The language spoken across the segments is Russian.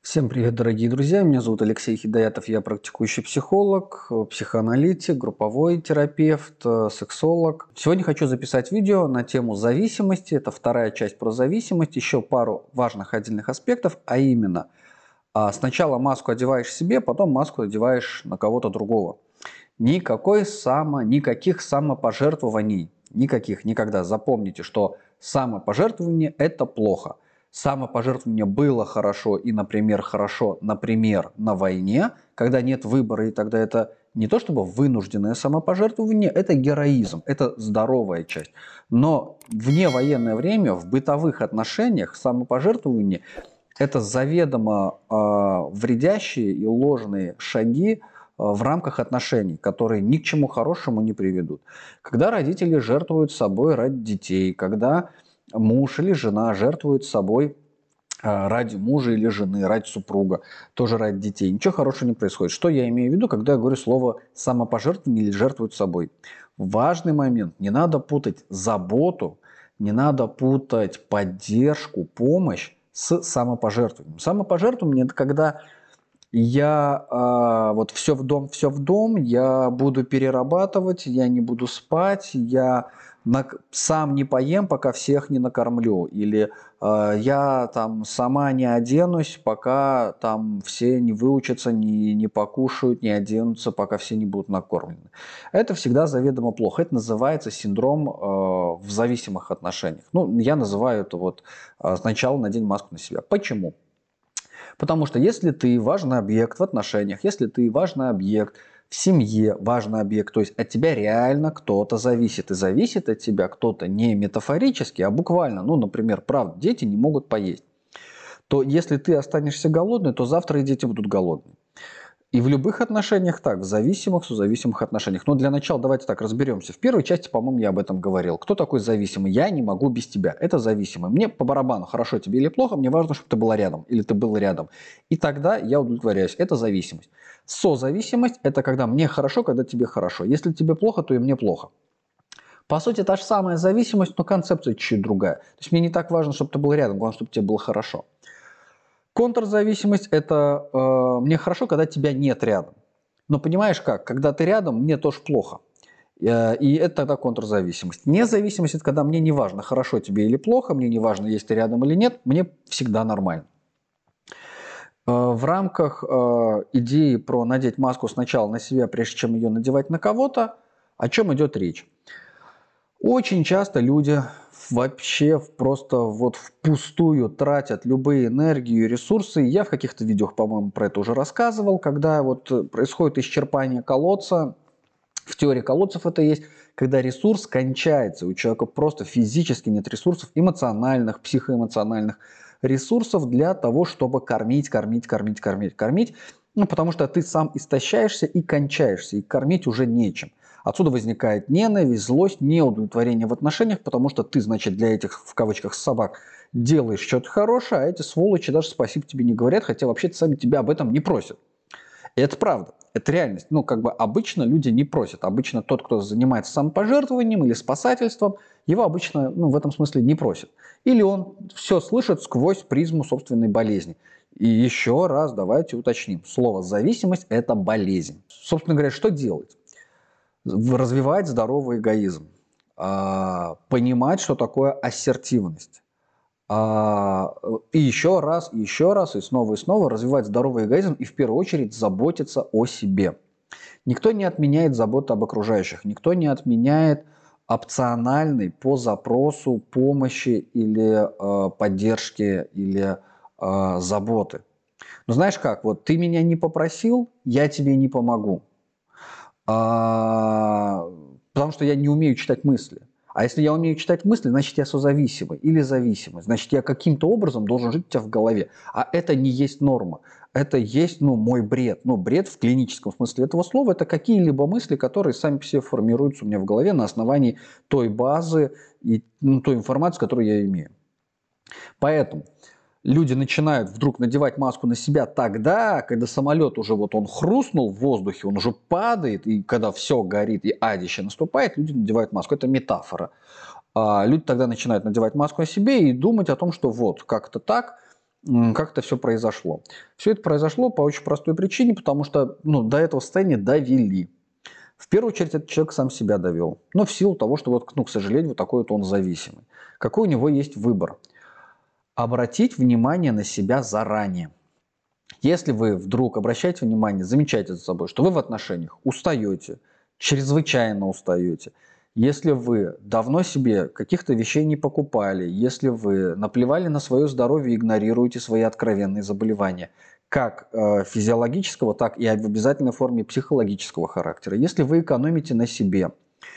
Всем привет, дорогие друзья! Меня зовут Алексей Хидаятов, я практикующий психолог, психоаналитик, групповой терапевт, сексолог. Сегодня хочу записать видео на тему зависимости. Это вторая часть про зависимость. Еще пару важных отдельных аспектов, а именно сначала маску одеваешь себе, потом маску одеваешь на кого-то другого. Никаких самопожертвований. Никаких, никогда. Запомните, что самопожертвование – это плохо. Самопожертвование было хорошо и, например, хорошо, например, на войне, когда нет выбора, и тогда это не то чтобы вынужденное самопожертвование, это героизм, это здоровая часть. Но в невоенное время, в бытовых отношениях самопожертвование – это заведомо вредящие и ложные шаги в рамках отношений, которые ни к чему хорошему не приведут. Когда родители жертвуют собой ради детей, когда муж или жена жертвуют собой ради мужа или жены, ради супруга, тоже ради детей. Ничего хорошего не происходит. Что я имею в виду, когда я говорю слово самопожертвование или жертвуют собой? Важный момент. Не надо путать заботу, не надо путать поддержку, помощь с самопожертвованием. Самопожертвование – это когда я вот все в дом, я буду перерабатывать, я не буду спать, я сам не поем, пока всех не накормлю. Или я там сама не оденусь, пока там все не выучатся, не покушают, не оденутся, пока все не будут накормлены. Это всегда заведомо плохо. Это называется синдром в зависимых отношениях. Ну, я называю это вот сначала надень маску на себя. Почему? Потому что если ты важный объект в отношениях, если ты важный объект в семье, важный объект, то есть от тебя реально кто-то зависит. И зависит от тебя кто-то не метафорически, а буквально. Ну, например, правда, дети не могут поесть. То если ты останешься голодный, то завтра и дети будут голодны. И в любых отношениях так, в зависимых, созависимых отношениях. Но для начала давайте так разберемся. В первой части, по-моему, я об этом говорил. Кто такой зависимый? Я не могу без тебя. Это зависимый. Мне по барабану, хорошо тебе или плохо, мне важно, чтобы ты была рядом или ты был рядом. И тогда я удовлетворяюсь. Это зависимость. Созависимость – это когда мне хорошо, когда тебе хорошо. Если тебе плохо, то и мне плохо. По сути, та же самая зависимость, но концепция чуть-чуть другая. То есть мне не так важно, чтобы ты был рядом, главное, чтобы тебе было хорошо. Контрзависимость – это мне хорошо, когда тебя нет рядом. Но понимаешь как? Когда ты рядом, мне тоже плохо. И это тогда контрзависимость. Независимость – это когда мне не важно, хорошо тебе или плохо, мне не важно, есть ты рядом или нет, мне всегда нормально. В рамках идеи про надеть маску сначала на себя, прежде чем ее надевать на кого-то, о чем идет речь? Очень часто люди вообще просто вот впустую тратят любые энергию и ресурсы. Я в каких-то видео, по-моему, про это уже рассказывал, когда вот происходит исчерпание колодца. В теории колодцев это есть, когда ресурс кончается. У человека просто физически нет ресурсов, эмоциональных, психоэмоциональных ресурсов для того, чтобы кормить. Ну, потому что ты сам истощаешься и кончаешься, и кормить уже нечем. Отсюда возникает ненависть, злость, неудовлетворение в отношениях, потому что ты, значит, для этих, в кавычках, собак делаешь что-то хорошее, а эти сволочи даже спасибо тебе не говорят, хотя вообще-то сами тебя об этом не просят. И это правда, это реальность. Ну, как бы обычно люди не просят. Обычно тот, кто занимается самопожертвованием или спасательством, его обычно, ну, в этом смысле не просят. Или он все слышит сквозь призму собственной болезни. И еще раз давайте уточним. Слово «зависимость» – это болезнь. Собственно говоря, что делать? Развивать здоровый эгоизм, понимать, что такое ассертивность. И еще раз, и снова развивать здоровый эгоизм и в первую очередь заботиться о себе. Никто не отменяет заботу об окружающих, никто не отменяет опциональной по запросу помощи или поддержки или заботы. Но знаешь как, вот ты меня не попросил, я тебе не помогу. Потому что я не умею читать мысли. А если я умею читать мысли, значит, я созависимый или зависимый. Значит, я каким-то образом должен жить у тебя в голове. А это не есть норма. Это есть, ну, мой бред. Ну, бред в клиническом смысле этого слова – это какие-либо мысли, которые сами по себе формируются у меня в голове на основании той базы и той информации, которую я имею. Поэтому люди начинают вдруг надевать маску на себя тогда, когда самолет уже вот он хрустнул в воздухе, он уже падает, и когда все горит и адище наступает, люди надевают маску. Это метафора. Люди тогда начинают надевать маску на себе и думать о том, что вот как-то так как это все произошло. Все это произошло по очень простой причине, потому что до этого состояния довели. В первую очередь этот человек сам себя довел. Но в силу того, что, к сожалению, вот такой вот он зависимый. Какой у него есть выбор? Обратить внимание на себя заранее. Если вы вдруг обращаете внимание, замечаете за собой, что вы в отношениях устаете, чрезвычайно устаете, если вы давно себе каких-то вещей не покупали, если вы наплевали на свое здоровье и игнорируете свои откровенные заболевания, как физиологического, так и в обязательной форме психологического характера, если вы экономите на себе,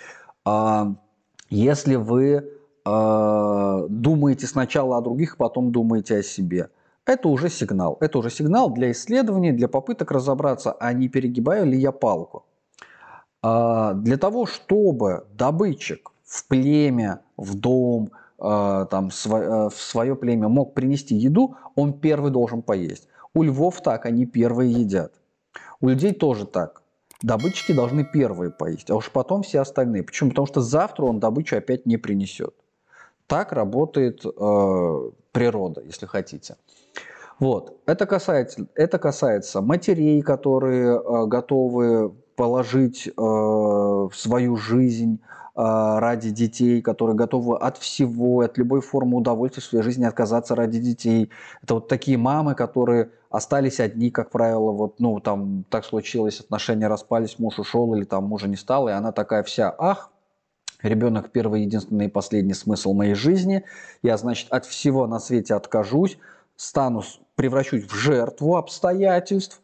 если вы думаете сначала о других, потом думаете о себе, это уже сигнал. Это уже сигнал для исследований, для попыток разобраться, а не перегибаю ли я палку. Для того, чтобы добытчик в племя, в дом, в свое племя мог принести еду, он первый должен поесть. У львов так, они первые едят. У людей тоже так. Добытчики должны первые поесть, а уж потом все остальные. Почему? Потому что завтра он добычу опять не принесет. Так работает природа, если хотите. Вот. Это касается матерей, которые готовы положить свою жизнь ради детей, которые готовы от всего, от любой формы удовольствия в своей жизни отказаться ради детей. Это вот такие мамы, которые остались одни, как правило, так случилось, отношения распались, муж ушел или там мужа не стало, и она такая вся, ребенок первый, единственный и последний смысл моей жизни. Я, значит, от всего на свете откажусь, превращусь в жертву обстоятельств,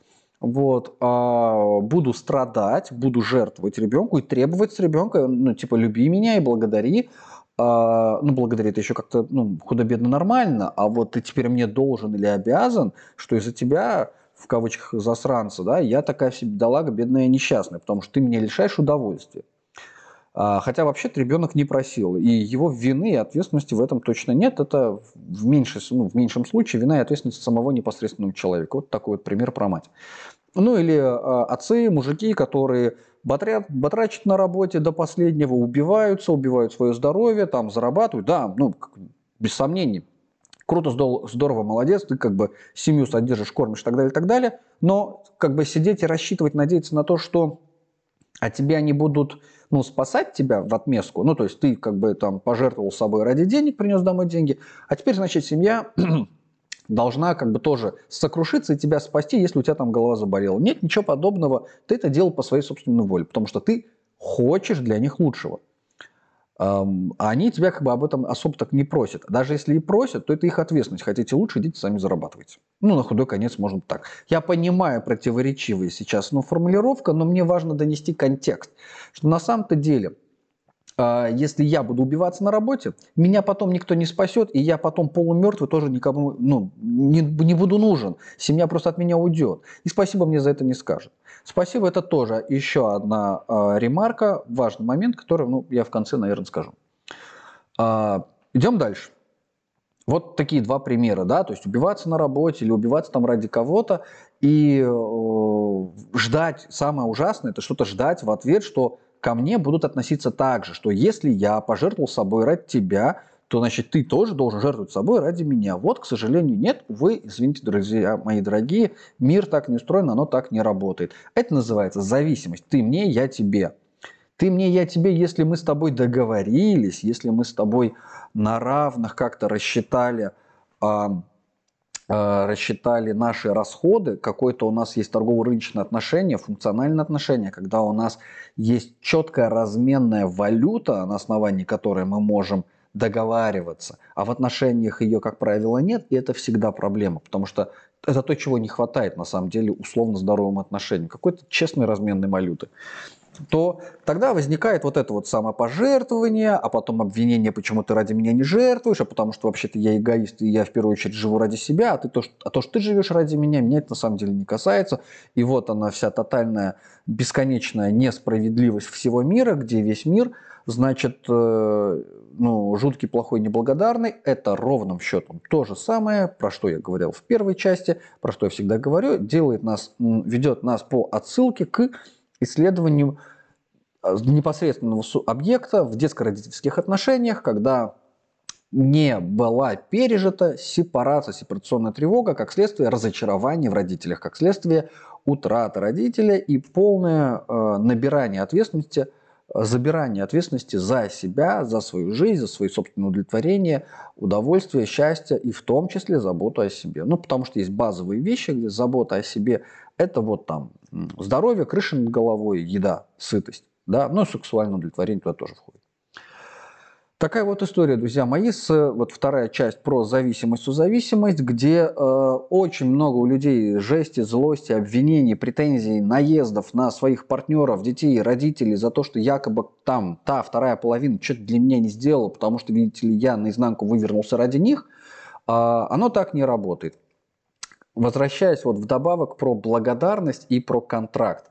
буду страдать, буду жертвовать ребенку и требовать с ребенка, люби меня и благодари. Благодари это еще как-то, худо-бедно нормально, а вот ты теперь мне должен или обязан, что из-за тебя, в кавычках, засранца, да, я такая себе бедолага, бедная и несчастная, потому что ты меня лишаешь удовольствия. Хотя вообще-то ребенок не просил, и его вины и ответственности в этом точно нет. Это в меньшем случае вина и ответственность самого непосредственного человека. Вот такой вот пример про мать. Или отцы, мужики, которые батрачат на работе до последнего, убивают свое здоровье, там зарабатывают. Да, без сомнений. Круто, здорово, молодец, ты семью содержишь, кормишь и так далее, и так далее. Но сидеть и рассчитывать, надеяться на то, что тебя они будут спасать тебя в отместку, то есть ты пожертвовал собой ради денег, принес домой деньги, а теперь, значит, семья должна тоже сокрушиться и тебя спасти, если у тебя там голова заболела. Нет, ничего подобного, ты это делал по своей собственной воле, потому что ты хочешь для них лучшего. А они тебя об этом особо так не просят. Даже если и просят, то это их ответственность. Хотите лучше, идите сами зарабатывайте. На худой конец может быть так. Я понимаю противоречивые сейчас формулировка, но мне важно донести контекст. Что на самом-то деле, если я буду убиваться на работе, меня потом никто не спасет, и я потом полумертвый тоже никому не буду нужен. Семья просто от меня уйдет. И спасибо мне за это не скажет. Спасибо, это тоже еще одна ремарка, важный момент, который я в конце, наверное, скажу. Идем дальше. Вот такие два примера, да, то есть убиваться на работе или убиваться там ради кого-то и ждать, самое ужасное, это что-то ждать в ответ, что ко мне будут относиться так же, что если я пожертвовал собой ради тебя, то, значит, ты тоже должен жертвовать собой ради меня. Вот, к сожалению, нет, увы, извините, друзья мои дорогие, мир так не устроен, оно так не работает. Это называется зависимость. Ты мне, я тебе. Ты мне, я тебе, если мы с тобой договорились, если мы с тобой на равных как-то рассчитали наши расходы, какое-то у нас есть торгово-рыночное отношение, функциональное отношение, когда у нас есть четкая разменная валюта, на основании которой мы можем договариваться, а в отношениях ее, как правило, нет, и это всегда проблема, потому что это то, чего не хватает, на самом деле, условно здоровым отношениям, какой-то честной разменной валюты. То тогда возникает вот это вот самопожертвование, а потом обвинение, почему ты ради меня не жертвуешь, а потому что вообще-то я эгоист, и я в первую очередь живу ради себя, а то, что ты живешь ради меня это на самом деле не касается. И вот она вся тотальная, бесконечная несправедливость всего мира, где весь мир, значит, жуткий, плохой, неблагодарный, это ровным счетом то же самое, про что я говорил в первой части, про что я всегда говорю, ведет нас по отсылке к исследованию непосредственного объекта в детско-родительских отношениях, когда не была пережита сепарация, сепарационная тревога, как следствие разочарования в родителях, как следствие утраты родителя и полное набирание ответственности, забирание ответственности за себя, за свою жизнь, за свои собственные удовлетворения, удовольствие, счастье и в том числе заботу о себе. Ну, потому что есть базовые вещи, где забота о себе – это вот там здоровье, крыша над головой, еда, сытость. Да? Ну и сексуальное удовлетворение туда тоже входит. Такая вот история, друзья мои, вот вторая часть про зависимость, где очень много у людей жести, злости, обвинений, претензий, наездов на своих партнеров, детей, родителей за то, что якобы там та вторая половина что-то для меня не сделала, потому что, видите ли, я наизнанку вывернулся ради них. Оно так не работает. Возвращаясь вот вдобавок про благодарность и про контракт.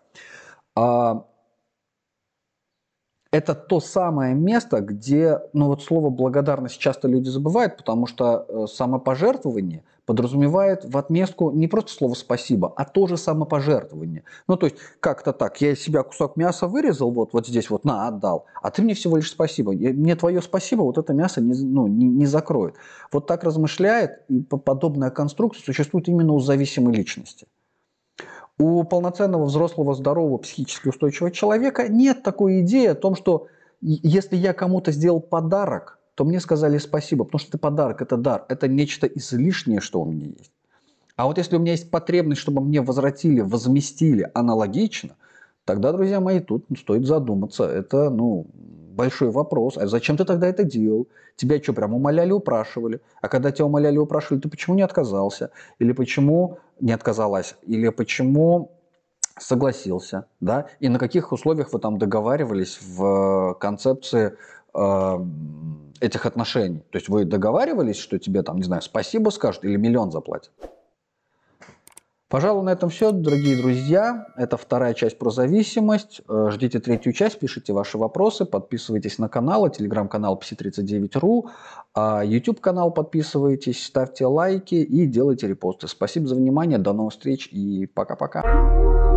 Это то самое место, где, ну вот слово благодарность часто люди забывают, потому что самопожертвование подразумевает в отместку не просто слово спасибо, а тоже самопожертвование. Ну то есть как-то так, я из себя кусок мяса вырезал, вот здесь вот на, отдал, а ты мне всего лишь спасибо. Мне твое спасибо вот это мясо не закроет. Вот так размышляет, и подобная конструкция существует именно у зависимой личности. У полноценного взрослого, здорового, психически устойчивого человека нет такой идеи о том, что если я кому-то сделал подарок, то мне сказали спасибо, потому что это подарок, это дар, это нечто излишнее, что у меня есть. А вот если у меня есть потребность, чтобы мне возвратили, возместили аналогично, тогда, друзья мои, тут стоит задуматься. Это, большой вопрос. А зачем ты тогда это делал? Тебя что, прям умоляли, упрашивали? А когда тебя умоляли, упрашивали, ты почему не отказался? Или почему не отказалась? Или почему согласился? Да? И на каких условиях вы там договаривались в концепции этих отношений? То есть вы договаривались, что тебе там, не знаю, спасибо скажут или миллион заплатят? Пожалуй, на этом все, дорогие друзья. Это вторая часть про зависимость. Ждите третью часть, пишите ваши вопросы, подписывайтесь на канал, телеграм-канал psi39ru, YouTube-канал подписывайтесь, ставьте лайки и делайте репосты. Спасибо за внимание, до новых встреч и пока-пока.